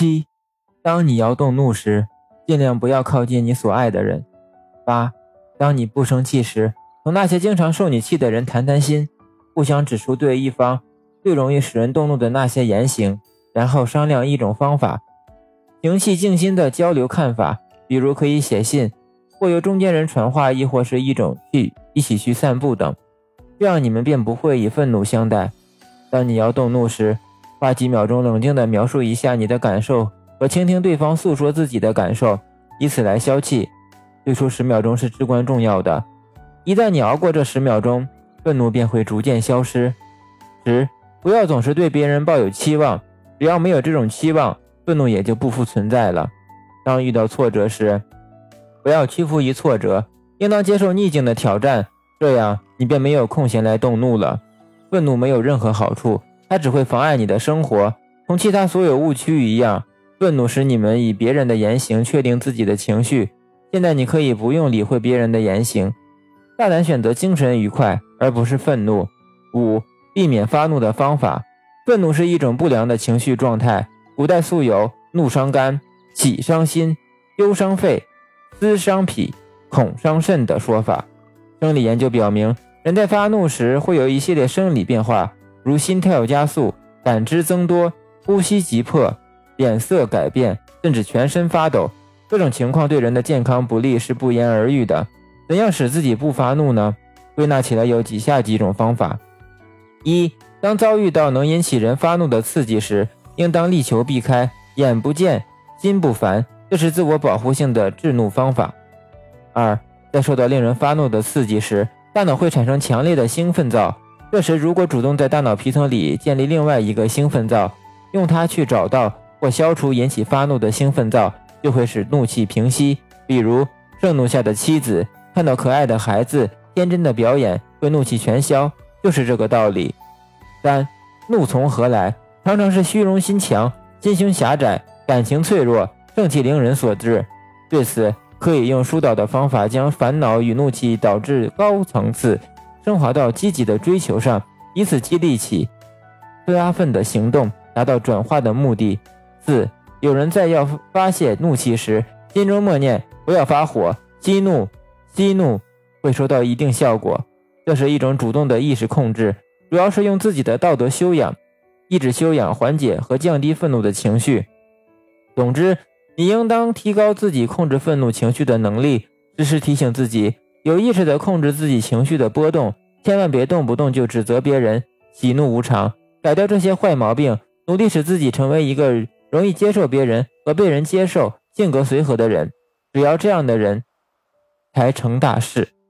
7. 当你要动怒时，尽量不要靠近你所爱的人。8. 当你不生气时，同那些经常受你气的人谈谈心，互相指出对一方最容易使人动怒的那些言行，然后商量一种方法，平气静心的交流看法，比如可以写信，或由中间人传话，亦或是一起去散步等，这样你们便不会以愤怒相待。当你要动怒时，花几秒钟冷静地描述一下你的感受和倾听对方诉说自己的感受，以此来消气。最初10秒钟是至关重要的，一旦你熬过这10秒钟，愤怒便会逐渐消失。10. 不要总是对别人抱有期望，只要没有这种期望，愤怒也就不复存在了。当遇到挫折时，不要屈服于挫折，应当接受逆境的挑战，这样你便没有空闲来动怒了。愤怒没有任何好处，它只会妨碍你的生活，同其他所有误区一样。愤怒使你们以别人的言行确定自己的情绪，现在你可以不用理会别人的言行，大胆选择精神愉快而不是愤怒。5. 避免发怒的方法。愤怒是一种不良的情绪状态，古代素有怒伤肝、喜伤心、忧伤肺、思伤脾、恐伤肾的说法。生理研究表明，人在发怒时会有一系列生理变化，如心跳加速、感知增多、呼吸急迫、脸色改变，甚至全身发抖。这种情况对人的健康不利是不言而喻的。怎样使自己不发怒呢？归纳起来有以下几种方法。1. 当遭遇到能引起人发怒的刺激时，应当力求避开，眼不见心不烦，这是自我保护性的制怒方法。2. 在受到令人发怒的刺激时，大脑会产生强烈的兴奋灶，这时如果主动在大脑皮层里建立另外一个兴奋灶，用它去找到或消除引起发怒的兴奋灶，就会使怒气平息。比如盛怒下的妻子看到可爱的孩子天真的表演，会怒气全消，就是这个道理。3. 怒从何来？常常是虚荣心强、心胸狭窄、感情脆弱、盛气凌人所致。对此可以用疏导的方法，将烦恼与怒气导致高层次升华到积极的追求上，以此激励起发愤的行动，达到转化的目的。4. 有人在要发泄怒气时，心中默念不要发火，息怒会收到一定效果，这是一种主动的意识控制，主要是用自己的道德修养、意志修养缓解和降低愤怒的情绪。总之，你应当提高自己控制愤怒情绪的能力，时时提醒自己有意识地控制自己情绪的波动，千万别动不动就指责别人，喜怒无常，改掉这些坏毛病，努力使自己成为一个容易接受别人和被人接受、性格随和的人。只要这样的人才成大事。